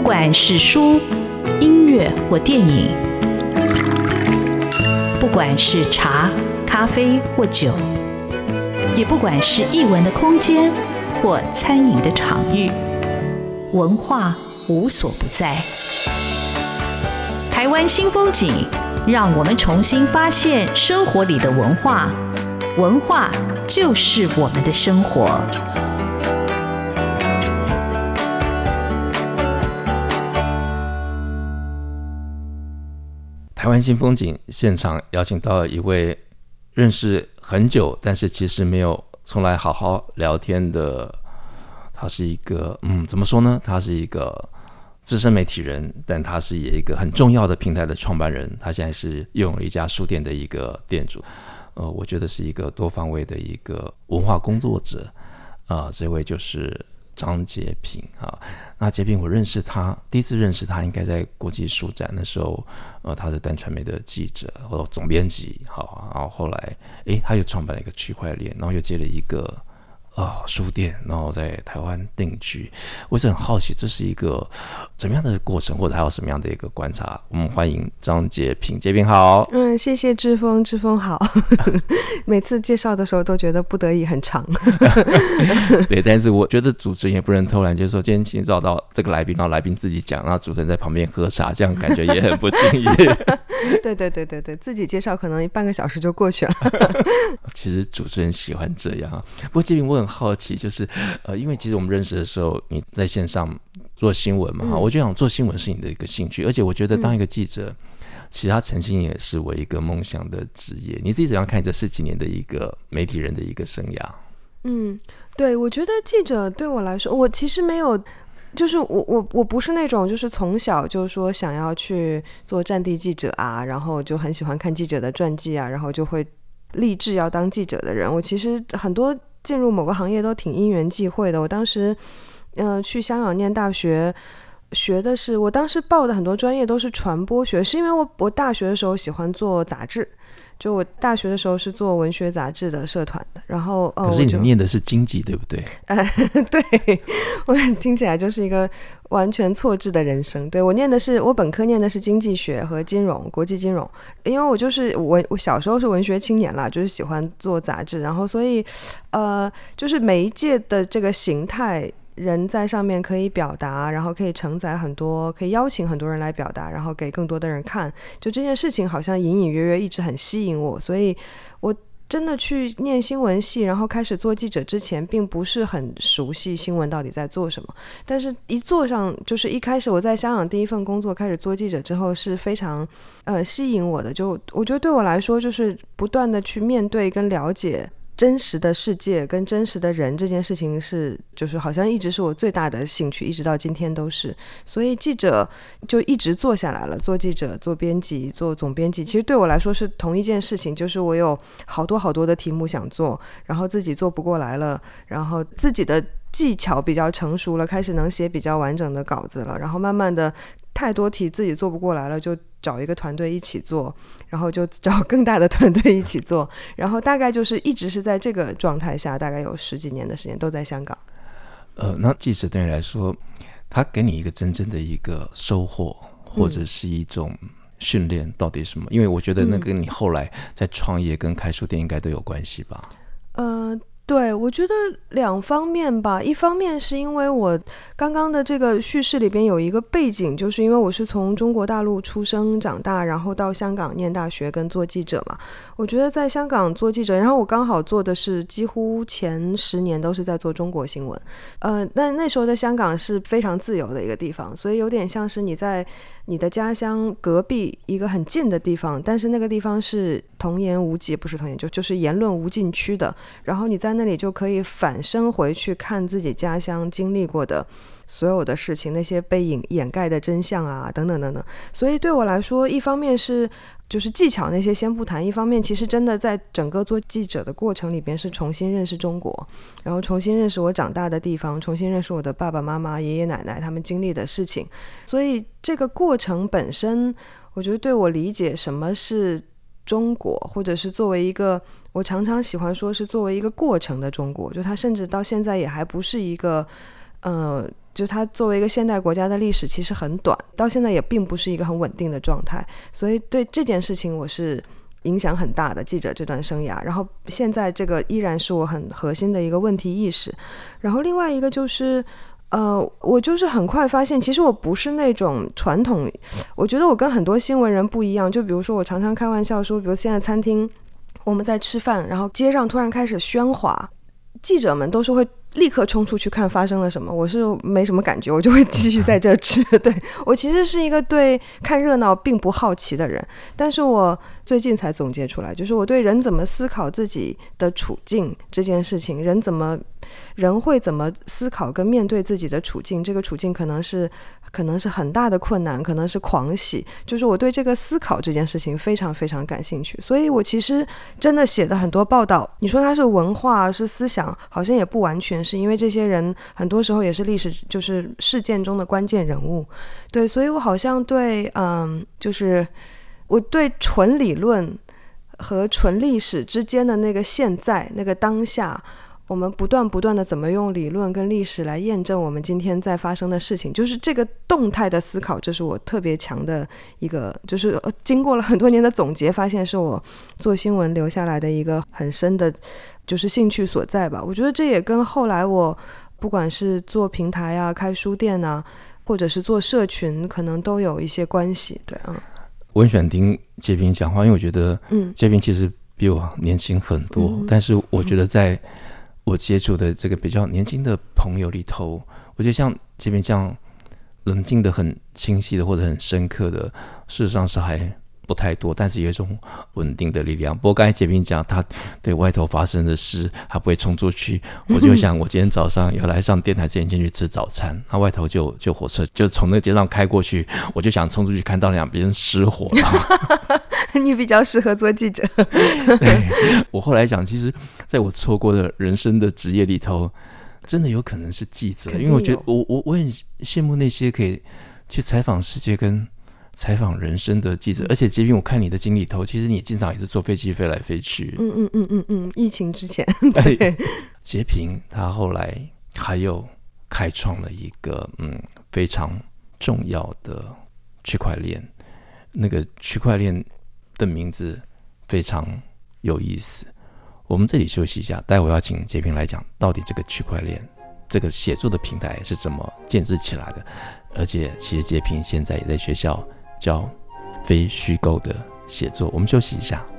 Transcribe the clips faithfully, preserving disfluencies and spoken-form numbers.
管是书、音乐或电影，不管是茶、咖啡或酒，也不管是艺文的空间或餐饮的场域，文化无所不在。台湾新风景，让我们重新发现生活里的文化，文化就是我们的生活。 台湾新风景现场邀请到一位认识很久，但是其实没有从来好好聊天的，他是一个嗯，怎么说呢？他是一个资深媒体人，但他是也一个很重要的平台的创办人。他现在是拥有了一家书店的一个店主，呃，我觉得是一个多方位的一个文化工作者。啊、呃，这位就是张洁平啊。那洁平我认识他，第一次认识他应该在国际书展的时候，呃，他是单传媒的记者或总编辑，好，然后后来，诶，他又创办了一个区块链，然后又接了一个呃书店，然后在台湾定居。我是很好奇，这是一个怎么样的过程，或者还有什么样的一个观察？我们欢迎张洁平，洁平好。 嗯，谢谢志峰，志峰好。每次介绍的时候都觉得不得已很长。 对，但是我觉得主持人也不能偷懒，就是说今天请找到这个来宾，然后来宾自己讲，然后主持人在旁边喝茶，这样感觉也很不敬业。 对对对对对，自己介绍可能半个小时就过去了。 其实主持人喜欢这样啊。不过洁平我很好奇，就是呃，因为其实我们认识的时候，你在线上做新闻嘛，嗯、我就想做新闻是你的一个兴趣，而且我觉得当一个记者。嗯其实他曾经也是我一个梦想的职业。你自己怎样看这十几年的一个媒体人的一个生涯？ 嗯，对，我觉得记者对我来说，我其实没有，就是我我我不是那种就是从小就说想要去做战地记者啊，然后就很喜欢看记者的传记啊，然后就会立志要当记者的人。我其实很多进入某个行业都挺因缘际会的。我当时嗯、呃、去香港念大学。学的是，我当时报的很多专业都是传播学，是因为我我大学的时候喜欢做杂志，就我大学的时候是做文学杂志的社团的，然后、呃、 可是你念的是经济对不对？ 呃，对，我听起来就是一个完全错置的人生。对，我念的是我本科念的是经济学和金融，国际金融，因为我就是我我小时候是文学青年啦，就是喜欢做杂志，然后所以呃，就是媒介的这个形态。人在上面可以表达，然后可以承载很多，可以邀请很多人来表达，然后给更多的人看，就这件事情好像隐隐约约一直很吸引我，所以我真的去念新闻系，然后开始做记者之前并不是很熟悉新闻到底在做什么，但是一做上，就是一开始我在香港第一份工作开始做记者之后是非常呃吸引我的，就我觉得对我来说就是不断的去面对跟了解真实的世界跟真实的人，这件事情是就是好像一直是我最大的兴趣，一直到今天都是。所以记者就一直做下来了，做记者做编辑做总编辑，其实对我来说是同一件事情，就是我有好多好多的题目想做，然后自己做不过来了，然后自己的技巧比较成熟了，开始能写比较完整的稿子了，然后慢慢的太多题自己做不过来了，就找一个团队一起做，然后就找更大的团队一起做，然后大概就是一直是在这个状态下，大概有十几年的时间都在香港。 呃，那记者对你来说，他给你一个真正的一个收获，或者是一种训练，到底什么？因为我觉得那跟你后来在创业跟开书店应该都有关系吧？ 呃。对，我觉得两方面吧，一方面是因为我刚刚的这个叙事里边有一个背景，就是因为我是从中国大陆出生长大，然后到香港念大学跟做记者嘛。我觉得在香港做记者，然后我刚好做的是几乎前十年都是在做中国新闻，呃，那那时候的香港是非常自由的一个地方，所以有点像是你在你的家乡隔壁一个很近的地方，但是那个地方是童言无忌，不是童言，就就是言论无禁区的，然后你在那里就可以反身回去看自己家乡经历过的所有的事情，那些被掩掩盖的真相啊等等等等。所以对我来说，一方面是就是技巧那些先不谈，一方面其实真的在整个做记者的过程里边是重新认识中国，然后重新认识我长大的地方，重新认识我的爸爸妈妈爷爷奶奶他们经历的事情。所以这个过程本身我觉得对我理解什么是中国，或者是作为一个，我常常喜欢说是作为一个过程的中国，就它甚至到现在也还不是一个呃，就它作为一个现代国家的历史其实很短，到现在也并不是一个很稳定的状态，所以对这件事情我是影响很大的，记者这段生涯。然后现在这个依然是我很核心的一个问题意识。然后另外一个就是呃，我就是很快发现其实我不是那种传统，我觉得我跟很多新闻人不一样。就比如说我常常开玩笑说，比如现在餐厅我们在吃饭，然后街上突然开始喧哗，记者们都是会立刻冲出去看发生了什么，我是没什么感觉，我就会继续在这吃。对，我其实是一个对看热闹并不好奇的人，但是我最近才总结出来，就是我对人怎么思考自己的处境这件事情，人怎么人会怎么思考跟面对自己的处境，这个处境可能是可能是很大的困难，可能是狂喜，就是我对这个思考这件事情非常非常感兴趣。所以我其实真的写的很多报道，你说它是文化是思想，好像也不完全是，因为这些人很多时候也是历史就是事件中的关键人物。对，所以我好像对嗯，就是我对纯理论和纯历史之间的那个现在那个当下，我们不断不断的怎么用理论跟历史来验证我们今天在发生的事情，就是这个动态的思考，这是我特别强的一个，就是经过了很多年的总结，发现是我做新闻留下来的一个很深的就是兴趣所在吧。我觉得这也跟后来我不管是做平台啊、开书店啊，或者是做社群，可能都有一些关系。对啊， 我很喜欢听杰平讲话，因为我觉得杰平其实比我年轻很多、嗯、但是我觉得在我接触的这个比较年轻的朋友里头，我觉得像这边这样冷静的很清晰的或者很深刻的，事实上是还不太多，但是有一种稳定的力量。不过刚才杰斌讲他对外头发生的事他不会冲出去，我就想我今天早上要来上电台之前先去吃早餐，那外头就就火车就从那个街上开过去，我就想冲出去看到两边失火了你比较适合做记者对，我后来讲其实在我错过的人生的职业里头真的有可能是记者，因为我觉得我我我很羡慕那些可以去采访世界跟采访人生的记者，而且杰斌我看你的经历里头，其实你经常也是坐飞机飞来飞去。 嗯嗯嗯嗯嗯，疫情之前对，杰平他后来还有开创了一个嗯非常重要的区块链，那个区块链的名字非常有意思。我们这里休息一下，待会要请杰平来讲到底这个区块链这个写作的平台是怎么建制起来的，而且其实杰平现在也在学校教非虚构的写作。我们休息一下。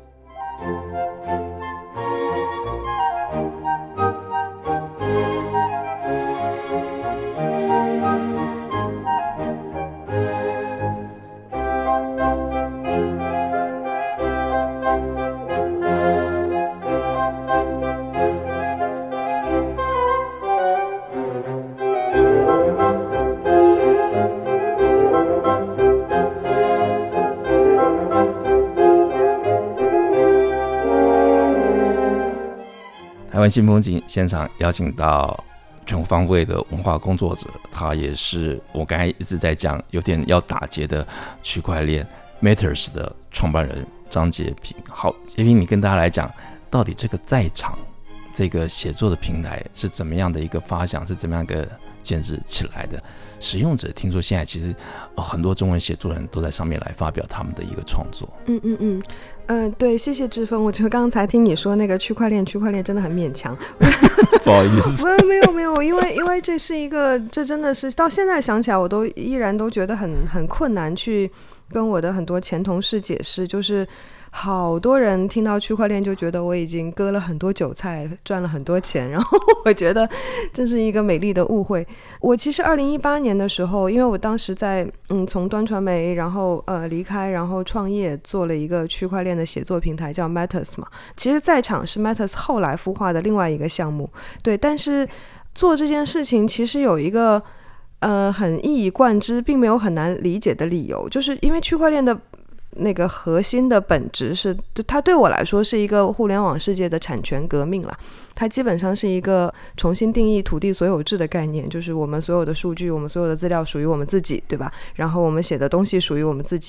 台湾新风景现场邀请到全方位的文化工作者，他也是我刚才一直在讲有点要打结的区块链 Matters 的创办人张杰平。好，杰平，你跟大家来讲到底这个在场这个写作的平台是怎么样的一个发想，是怎么样一个建制起来的？使用者听说现在其实、呃、很多中文写作人都在上面来发表他们的一个创作。 嗯嗯嗯嗯，对，谢谢志峰。我觉得刚才听你说那个区块链，区块链真的很勉强， 不好意思。 没有没有，因为因为这是一个，这真的是到现在想起来，我都依然都觉得很很困难去跟我的很多前同事解释，就是好多人听到区块链就觉得我已经割了很多韭菜，赚了很多钱，然后我觉得这是一个美丽的误会。我其实二零一八年的时候，因为我当时在嗯从端传媒然后呃离开，然后创业做了一个区块链的写作平台叫 Matters 嘛，其实在场是 Matters 后来孵化的另外一个项目。对，但是做这件事情其实有一个呃很一以贯之并没有很难理解的理由，就是因为区块链的那个核心的本质是，它对我来说是一个互联网世界的产权革命啦。它基本上是一个重新定义土地所有制的概念，就是我们所有的数据，我们所有的资料属于我们自己，对吧？然后我们写的东西属于我们自己。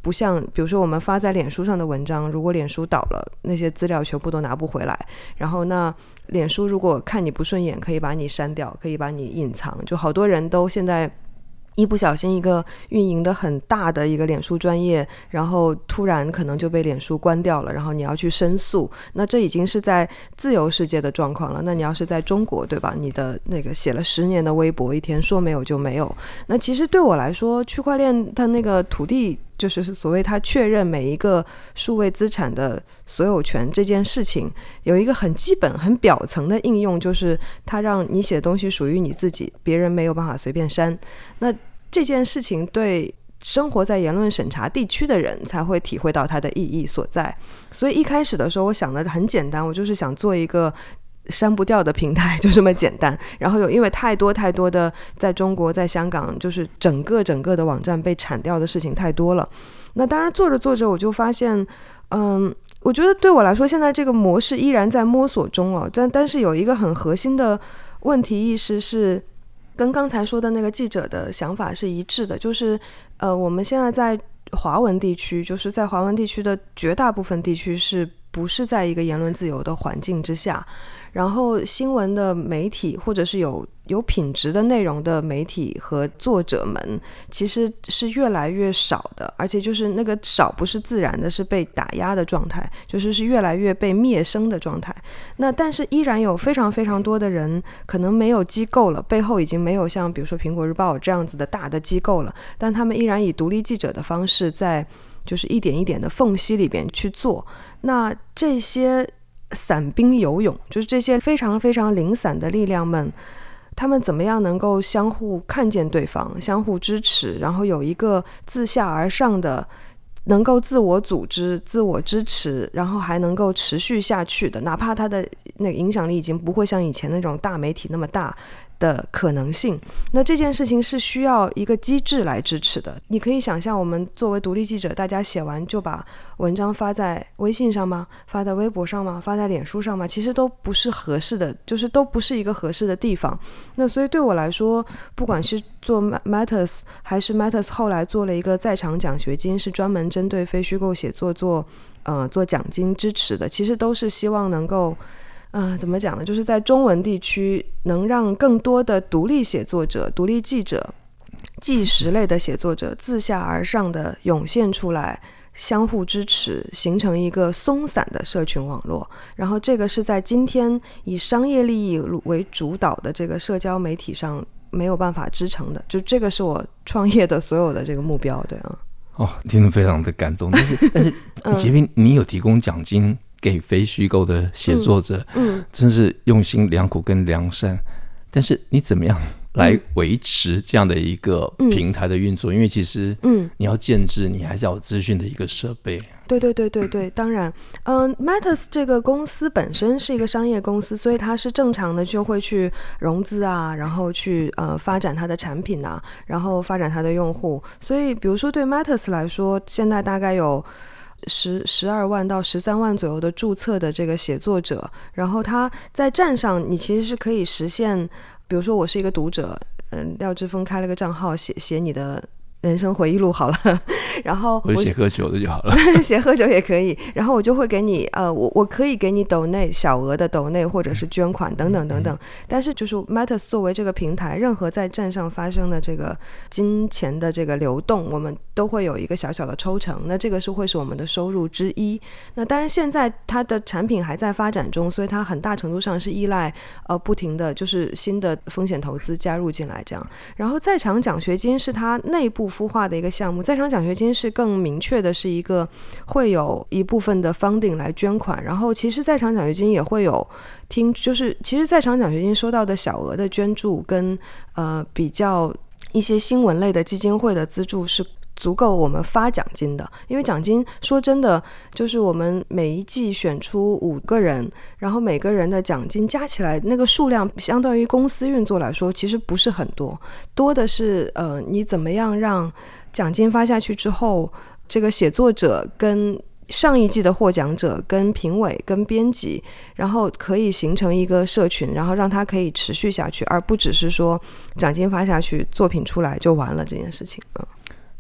不像比如说我们发在脸书上的文章，如果脸书倒了，那些资料全部都拿不回来，然后那脸书如果看你不顺眼，可以把你删掉，可以把你隐藏，就好多人都现在一不小心一个运营的很大的一个脸书专业，然后突然可能就被脸书关掉了，然后你要去申诉，那这已经是在自由世界的状况了。那你要是在中国，对吧，你的那个写了十年的微博，一天说没有就没有。那其实对我来说，区块链它那个土地就是所谓它确认每一个数位资产的所有权这件事情，有一个很基本很表层的应用，就是它让你写的东西属于你自己，别人没有办法随便删。那这件事情对生活在言论审查地区的人才会体会到它的意义所在。所以一开始的时候我想的很简单，我就是想做一个删不掉的平台，就这么简单。然后有因为太多太多的在中国在香港就是整个整个的网站被铲掉的事情太多了。那当然做着做着我就发现嗯，我觉得对我来说现在这个模式依然在摸索中哦，但但是有一个很核心的问题意识是跟刚才说的那个记者的想法是一致的，就是呃，我们现在在华文地区，就是在华文地区的绝大部分地区是不是在一个言论自由的环境之下，然后新闻的媒体或者是有有品质的内容的媒体和作者们其实是越来越少的，而且就是那个少不是自然的，是被打压的状态，就是是越来越被灭声的状态。那但是依然有非常非常多的人可能没有机构了，背后已经没有像比如说苹果日报这样子的大的机构了，但他们依然以独立记者的方式在就是一点一点的缝隙里边去做。那这些散兵游勇，就是这些非常非常零散的力量们，他们怎么样能够相互看见对方，相互支持，然后有一个自下而上的能够自我组织自我支持，然后还能够持续下去的，哪怕它的那个影响力已经不会像以前那种大媒体那么大的可能性。那这件事情是需要一个机制来支持的。你可以想象我们作为独立记者，大家写完就把文章发在微信上吗？发在微博上吗？发在脸书上吗？其实都不是合适的，就是都不是一个合适的地方。那所以对我来说，不管是做 Matters 还是 Matters 后来做了一个在场奖学金，是专门针对非虚构写作做呃做奖金支持的，其实都是希望能够呃，怎么讲呢？就是在中文地区能让更多的独立写作者、独立记者、纪实类的写作者自下而上的涌现出来，相互支持，形成一个松散的社群网络。然后这个是在今天以商业利益为主导的这个社交媒体上没有办法支撑的。就这个是我创业的所有的这个目标，对啊。 哦，听得非常的感动。但是，但是杰斌，你有提供奖金给非虚构的写作者，嗯嗯、真是用心良苦跟良善。但是你怎么样来维持这样的一个平台的运作？嗯、因为其实你要建制，你还是要有资讯的一个设备。 对对对对对，当然，嗯、呃、，Matters 这个公司本身是一个商业公司，所以它是正常的就会去融资啊，然后去呃发展它的产品啊，然后发展它的用户。所以，比如说对 Matters 来说，现在大概有十十二万到十三万左右的注册的这个写作者，然后他在站上，你其实是可以实现，比如说我是一个读者，嗯，廖志峰开了个账号，写写你的人生回忆录好了，然后我写喝酒的就好了， 写喝酒也可以，然后我就会给你呃，我我可以给你抖内小额的抖内或者是捐款等等等等，但是就是 Matters 作为这个平台，任何在站上发生的这个金钱的这个流动，我们都会有一个小小的抽成，那这个是会是我们的收入之一。那当然现在它的产品还在发展中，所以它很大程度上是依赖呃不停的就是新的风险投资加入进来这样。然后在场奖学金是它内部孵化的一个项目，在场奖学金是更明确的是一个会有一部分的 funding 来捐款，然后其实在场奖学金也会有听，就是其实在场奖学金收到的小额的捐助跟呃比较一些新闻类的基金会的资助是足够我们发奖金的。因为奖金说真的就是我们每一季选出五个人，然后每个人的奖金加起来那个数量相对于公司运作来说其实不是很多，多的是呃你怎么样让奖金发下去之后，这个写作者跟上一季的获奖者跟评委跟编辑，然后可以形成一个社群，然后让它可以持续下去，而不只是说奖金发下去作品出来就完了这件事情。嗯，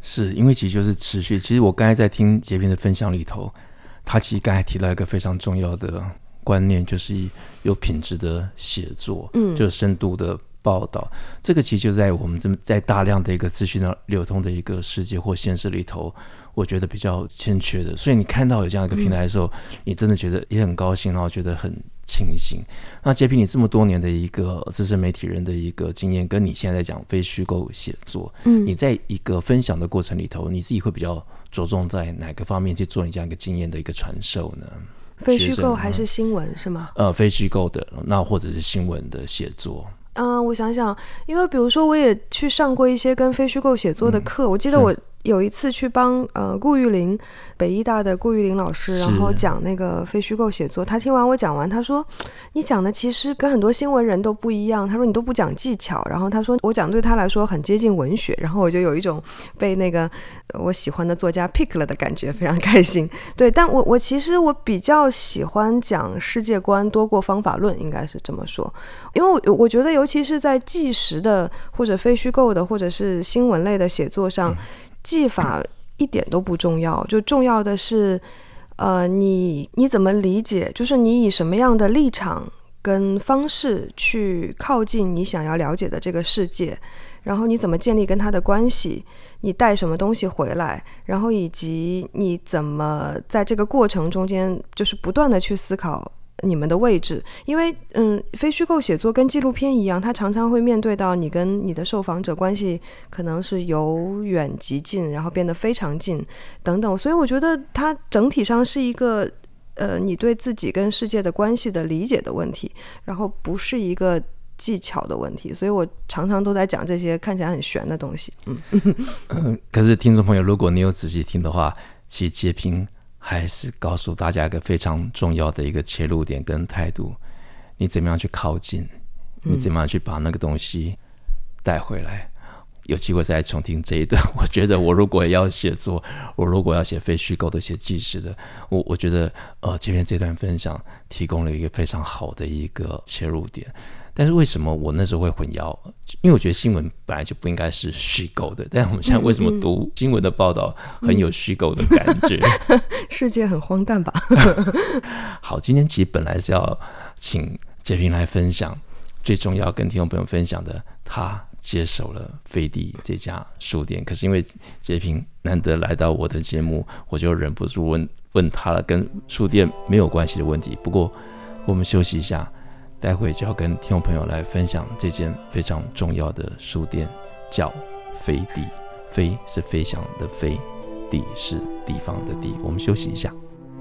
是因为其实就是持续。其实我刚才在听杰平的分享里头，他其实刚才提到一个非常重要的观念，就是有品质的写作，嗯，就是深度的报道。这个其实就在我们这在大量的一个资讯流通的一个世界或现实里头，我觉得比较欠缺的。所以你看到有这样一个平台的时候，嗯、你真的觉得也很高兴，然后觉得很庆幸。那杰平，你这么多年的一个资深媒体人的一个经验，跟你现在在讲非虚构写作，嗯，你在一个分享的过程里头，你自己会比较着重在哪个方面去做你这样一个经验的一个传授呢？ 非虚构还是新闻是吗？ 呃，非虚构的，那或者是新闻的写作。 嗯、呃，我想想，因为比如说我也去上过一些跟非虚构写作的课，嗯、我记得我有一次去帮呃顾玉玲，北医大的顾玉玲老师，然后讲那个非虚构写作。他听完我讲完，他说：“你讲的其实跟很多新闻人都不一样。”他说：“你都不讲技巧。”然后他说：“我讲对他来说很接近文学。”然后我就有一种被那个我喜欢的作家 pick 了的感觉，非常开心。对，但我我其实我比较喜欢讲世界观多过方法论，应该是这么说。因为我我觉得，尤其是在纪实的或者非虚构的或者是新闻类的写作上。嗯，技法一点都不重要，就重要的是，呃，你你怎么理解，就是你以什么样的立场跟方式去靠近你想要了解的这个世界，然后你怎么建立跟他的关系，你带什么东西回来，然后以及你怎么在这个过程中间，就是不断的去思考你们的位置。因为嗯，非虚构写作跟纪录片一样，它常常会面对到你跟你的受访者关系可能是由远及近，然后变得非常近等等，所以我觉得它整体上是一个呃，你对自己跟世界的关系的理解的问题，然后不是一个技巧的问题，所以我常常都在讲这些看起来很玄的东西。嗯， 嗯可是听众朋友，如果你有仔细听的话，其实杰平还是告诉大家一个非常重要的一个切入点跟态度，你怎么样去靠近，你怎么样去把那个东西带回来。有机会再重听这一段，我觉得我如果要写作，我如果要写非虚构的写纪实的，我我觉得呃，这边这段分享提供了一个非常好的一个切入点。但是为什么我那时候会混淆？因为我觉得新闻本来就不应该是虚构的，但我们现在为什么读新闻的报道很有虚构的感觉？ 嗯、世界很荒诞吧？ 好，今天其实本来是要请杰平来分享，最重要跟听众朋友分享的，他接手了飞地这家书店。可是因为杰平难得来到我的节目，我就忍不住问问他了跟书店没有关系的问题。不过我们休息一下，待会就要跟听众朋友来分享这间非常重要的书店，叫飞地。飞是飞翔的飞，地是地方的地。我们休息一下。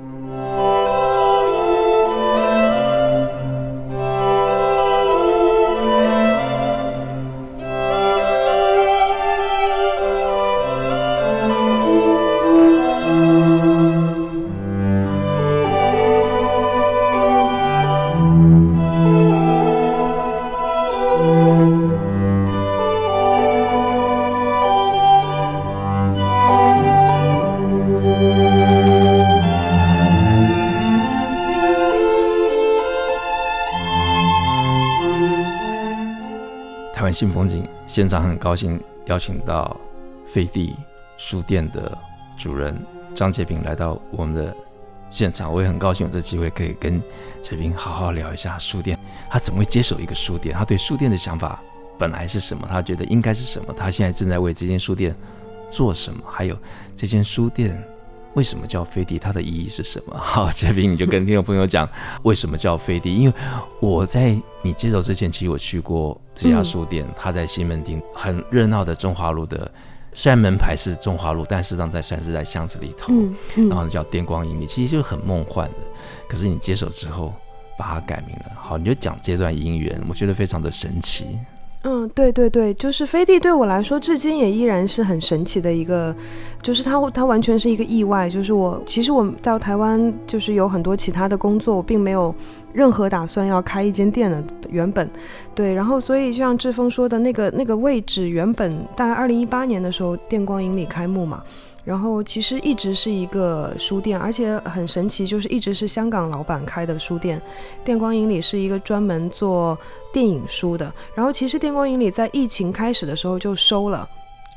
台湾新风景现场很高兴邀请到飞地书店的主人张杰平来到我们的现场，我也很高兴有这机会可以跟杰平好好聊一下书店，他怎么会接手一个书店，他对书店的想法本来是什么，他觉得应该是什么，他现在正在为这间书店做什么，还有这间书店为什么叫飞地，它的意义是什么。好，杰平你就跟听众朋友讲为什么叫飞地。因为我在你接手之前，其实我去过这家书店，嗯、它在西门町很热闹的中华路的，虽然门牌是中华路，但事实上在算是在巷子里头，嗯嗯、然后叫电光引力，其实就是很梦幻的。可是你接手之后把它改名了，好，你就讲这段姻缘，我觉得非常的神奇。 嗯，对对对，就是飞地对我来说至今也依然是很神奇的一个，就是它它完全是一个意外。就是我其实我到台湾就是有很多其他的工作，我并没有任何打算要开一间店的原本，对，然后所以像志峰说的那个那个位置，原本大概二零一八年的时候电光引理开幕嘛。然后其实一直是一个书店，而且很神奇，就是一直是香港老板开的书店。电光引理是一个专门做电影书的，然后其实电光引理在疫情开始的时候就收了，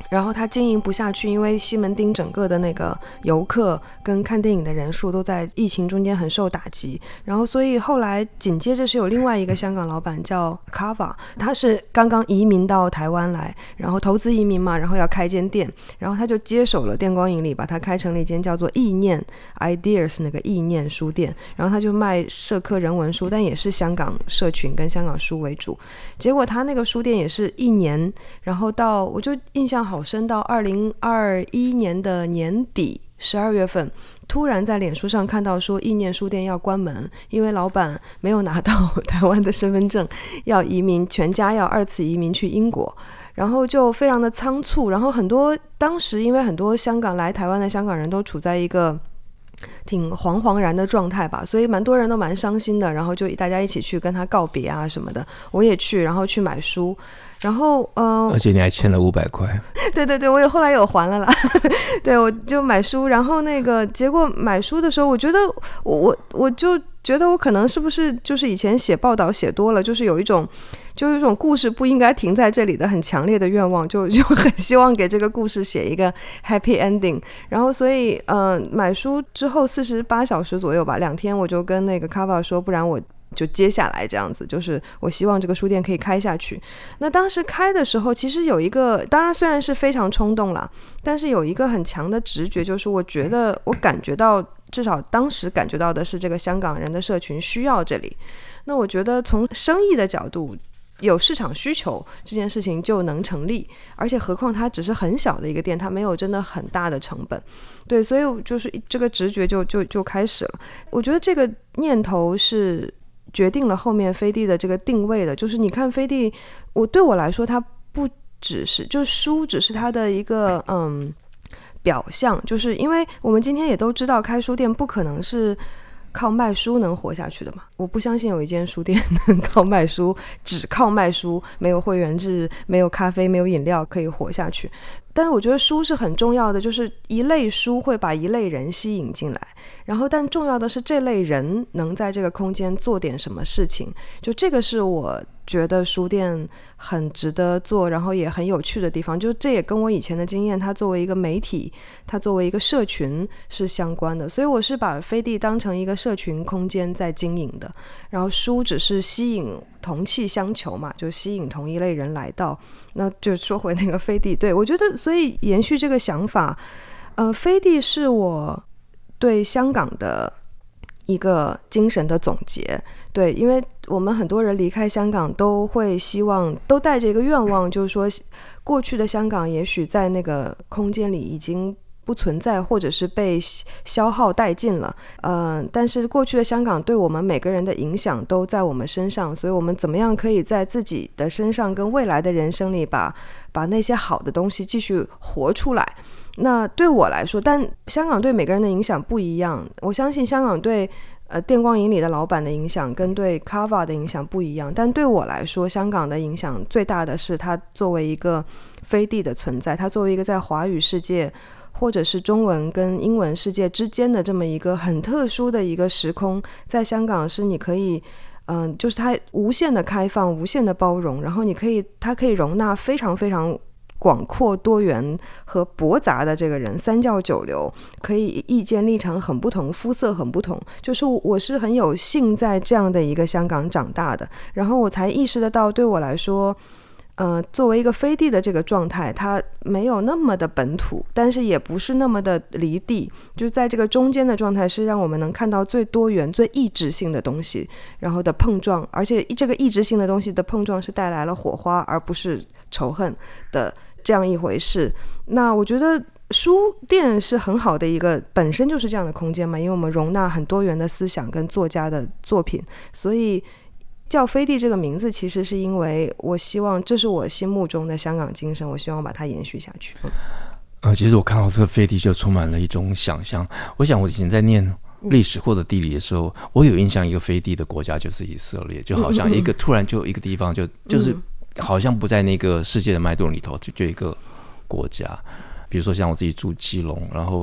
然后它经营不下去，因为西门町整个的那个游客跟看电影的人数都在疫情中间很受打击，然后所以后来紧接着是有另外一个香港老板叫 Kava， 他是刚刚移民到台湾来，然后投资移民嘛，然后要开间店，然后他就接手了电光影里，把它开成了一间叫做意念 Ideas 那个意念书店，然后他就卖社科人文书，但也是香港社群跟香港书为主。结果他那个书店也是一年，然后到我就印象好深，到二零二一年的年底十二月份，突然在脸书上看到说意念书店要关门，因为老板没有拿到台湾的身份证，要移民，全家要二次移民去英国，然后就非常的仓促，然后很多当时因为很多香港来台湾的香港人都处在一个挺惶惶然的状态吧，所以蛮多人都蛮伤心的，然后就大家一起去跟他告别啊什么的，我也去，然后去买书，然后呃， 而且你还欠了五百块。 对对对，我也后来有还了啦。对，我就买书，然后那个结果买书的时候，我觉得我我我就觉得我可能是不是就是以前写报道写多了，就是有一种就有一种故事不应该停在这里的很强烈的愿望，就就很希望给这个故事写一个 happy ending。然后所以呃买书之后四十八小时左右吧，两天我就跟那个 Kava 说，不然我就接下来这样子，就是我希望这个书店可以开下去。那当时开的时候其实有一个，当然虽然是非常冲动啦，但是有一个很强的直觉，就是我觉得我感觉到，至少当时感觉到的是这个香港人的社群需要这里。那我觉得从生意的角度有市场需求这件事情就能成立，而且何况它只是很小的一个店，它没有真的很大的成本。对，所以就是这个直觉就就就开始了。我觉得这个念头是决定了后面飞地的这个定位的，就是你看飞地，我对我来说它不只是就是书只是它的一个嗯表象，就是因为我们今天也都知道开书店不可能是靠卖书能活下去的嘛，我不相信有一间书店能靠卖书，只靠卖书，没有会员制，没有咖啡，没有饮料可以活下去。但是我觉得书是很重要的，就是一类书会把一类人吸引进来，然后但重要的是这类人能在这个空间做点什么事情，就这个是我觉得书店很值得做，然后也很有趣的地方，就这也跟我以前的经验，它作为一个媒体，它作为一个社群是相关的，所以我是把飞地当成一个社群空间在经营的，然后书只是吸引同气相求嘛，就吸引同一类人来到。那就说回那个飞地，对，我觉得所以延续这个想法，呃，飞地是我对香港的一个精神的总结。对，因为我们很多人离开香港都会希望，都带着一个愿望，就是说过去的香港也许在那个空间里已经不存在，或者是被消耗殆尽了，呃，但是过去的香港对我们每个人的影响都在我们身上，所以我们怎么样可以在自己的身上跟未来的人生里把把那些好的东西继续活出来。那对我来说，但香港对每个人的影响不一样，我相信香港对呃电光影里的老板的影响跟对 Kava 的影响不一样，但对我来说，香港的影响最大的是它作为一个飞地的存在，它作为一个在华语世界或者是中文跟英文世界之间的这么一个很特殊的一个时空，在香港是你可以嗯、呃，就是它无限的开放，无限的包容，然后你可以它可以容纳非常非常广阔多元和驳杂的这个人，三教九流，可以意见立场很不同，肤色很不同，就是我是很有幸在这样的一个香港长大的，然后我才意识得到，对我来说呃，作为一个飞地的这个状态，它没有那么的本土，但是也不是那么的离地，就是在这个中间的状态，是让我们能看到最多元最异质性的东西，然后的碰撞，而且这个异质性的东西的碰撞是带来了火花，而不是仇恨的这样一回事。那我觉得书店是很好的一个，本身就是这样的空间嘛，因为我们容纳很多元的思想跟作家的作品，所以叫飞地这个名字其实是因为我希望这是我心目中的香港精神，我希望把它延续下去。 呃，其实我看到这个飞地就充满了一种想象。我想我以前在念历史或者地理的时候，嗯、我有印象一个飞地的国家就是以色列，就好像一个、嗯、突然就一个地方就就是好像不在那个世界的脉动里头，就就一个国家。比如说像我自己住基隆，然后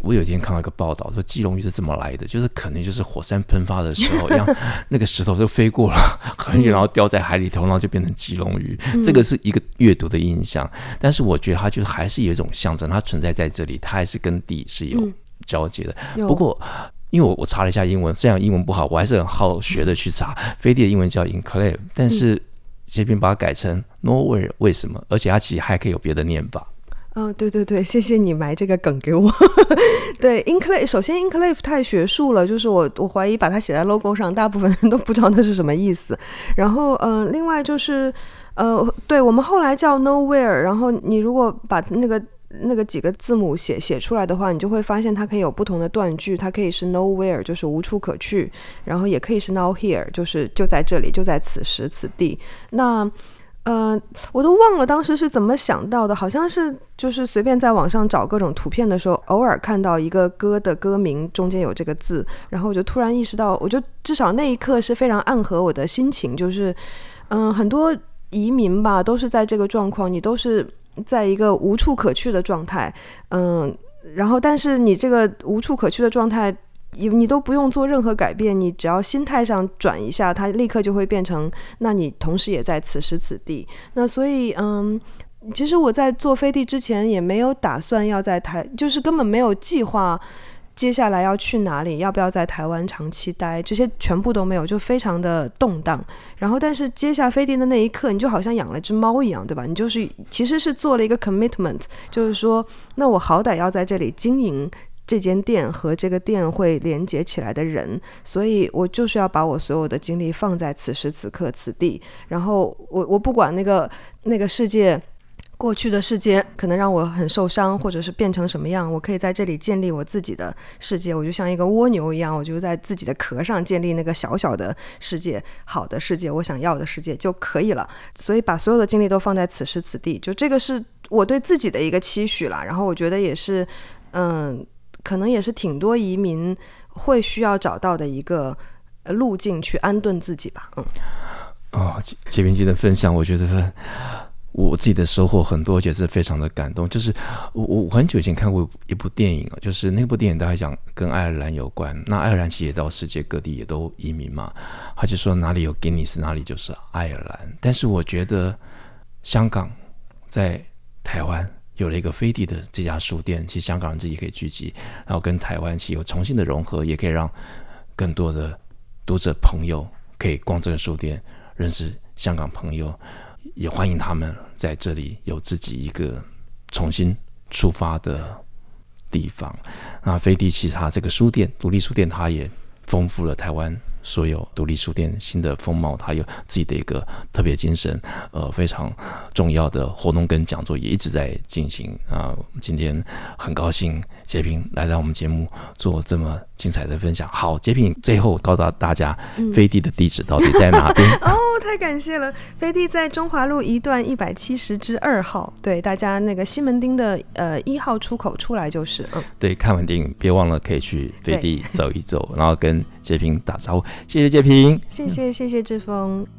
我有一天看到一个报道说基隆屿是怎么来的，就是可能就是火山喷发的时候一样那个石头就飞过了很远，然后掉在海里头，然后就变成基隆屿、嗯、这个是一个阅读的印象，但是我觉得它就还是有一种象征，它存在在这里，它还是跟地是有交接的、嗯、不过因为 我, 我查了一下英文，虽然英文不好，我还是很好学的去查飞地的英文叫 enclave， 但是这边把它改成 nowhere， 为什么？而且它其实还可以有别的念法。 哦，对对对，谢谢你埋这个梗给我对 enclave， 首先 enclave 太学术了，就是我我怀疑把它写在 logo 上大部分人都不知道那是什么意思。然后呃，另外就是呃，对，我们后来叫 nowhere， 然后你如果把那个那个几个字母写写出来的话，你就会发现它可以有不同的断句，它可以是 nowhere 就是无处可去，然后也可以是 now here 就是就在这里，就在此时此地。那呃，我都忘了当时是怎么想到的，好像是就是随便在网上找各种图片的时候，偶尔看到一个歌的歌名中间有这个字，然后我就突然意识到，我就至少那一刻是非常暗合我的心情，就是嗯、呃，很多移民吧都是在这个状况，你都是在一个无处可去的状态，嗯，然后但是你这个无处可去的状态你都不用做任何改变，你只要心态上转一下，它立刻就会变成那你同时也在此时此地。那所以嗯，其实我在做飞地之前也没有打算要在台，就是根本没有计划接下来要去哪里，要不要在台湾长期待，这些全部都没有，就非常的动荡。然后但是接下飞地的那一刻，你就好像养了只猫一样，对吧？你就是其实是做了一个 commitment， 就是说那我好歹要在这里经营这间店和这个店会连接起来的人，所以我就是要把我所有的精力放在此时此刻此地。然后我我不管那个那个世界，过去的世界可能让我很受伤，或者是变成什么样，我可以在这里建立我自己的世界。我就像一个蜗牛一样，我就在自己的壳上建立那个小小的世界，好的世界，我想要的世界就可以了。所以把所有的精力都放在此时此地，就这个是我对自己的一个期许啦。然后我觉得也是嗯可能也是挺多移民会需要找到的一个路径去安顿自己吧。嗯， 哦，这边今天的分享，我觉得我自己的收获很多，而且是非常的感动。就是我我很久以前看过一部电影，就是那部电影大概讲跟爱尔兰有关。那爱尔兰其实也到世界各地也都移民嘛，他就说哪里有吉尼斯哪里就是爱尔兰。但是我觉得香港在台湾有了一个飞地的这家书店，其实香港人自己可以聚集，然后跟台湾其实有重新的融合，也可以让更多的读者朋友可以逛这个书店，认识香港朋友，也欢迎他们在这里有自己一个重新出发的地方。那飞地其实它这个书店，独立书店，它也丰富了台湾所有独立书店新的风貌，它有自己的一个特别精神，呃，非常重要的活动跟讲座也一直在进行啊、呃。今天很高兴洁平来到我们节目做这么精彩的分享。好，洁平最后告诉大家，嗯、飞地的地址到底在哪边？ 哦，太感谢了！飞地在中华路一段一百七十之二号，对，大家那个西门町的呃一号出口出来就是。嗯， 对，看完电影别忘了可以去飞地走一走，然后跟洁平打招呼。谢谢洁平， 谢谢谢谢志峰。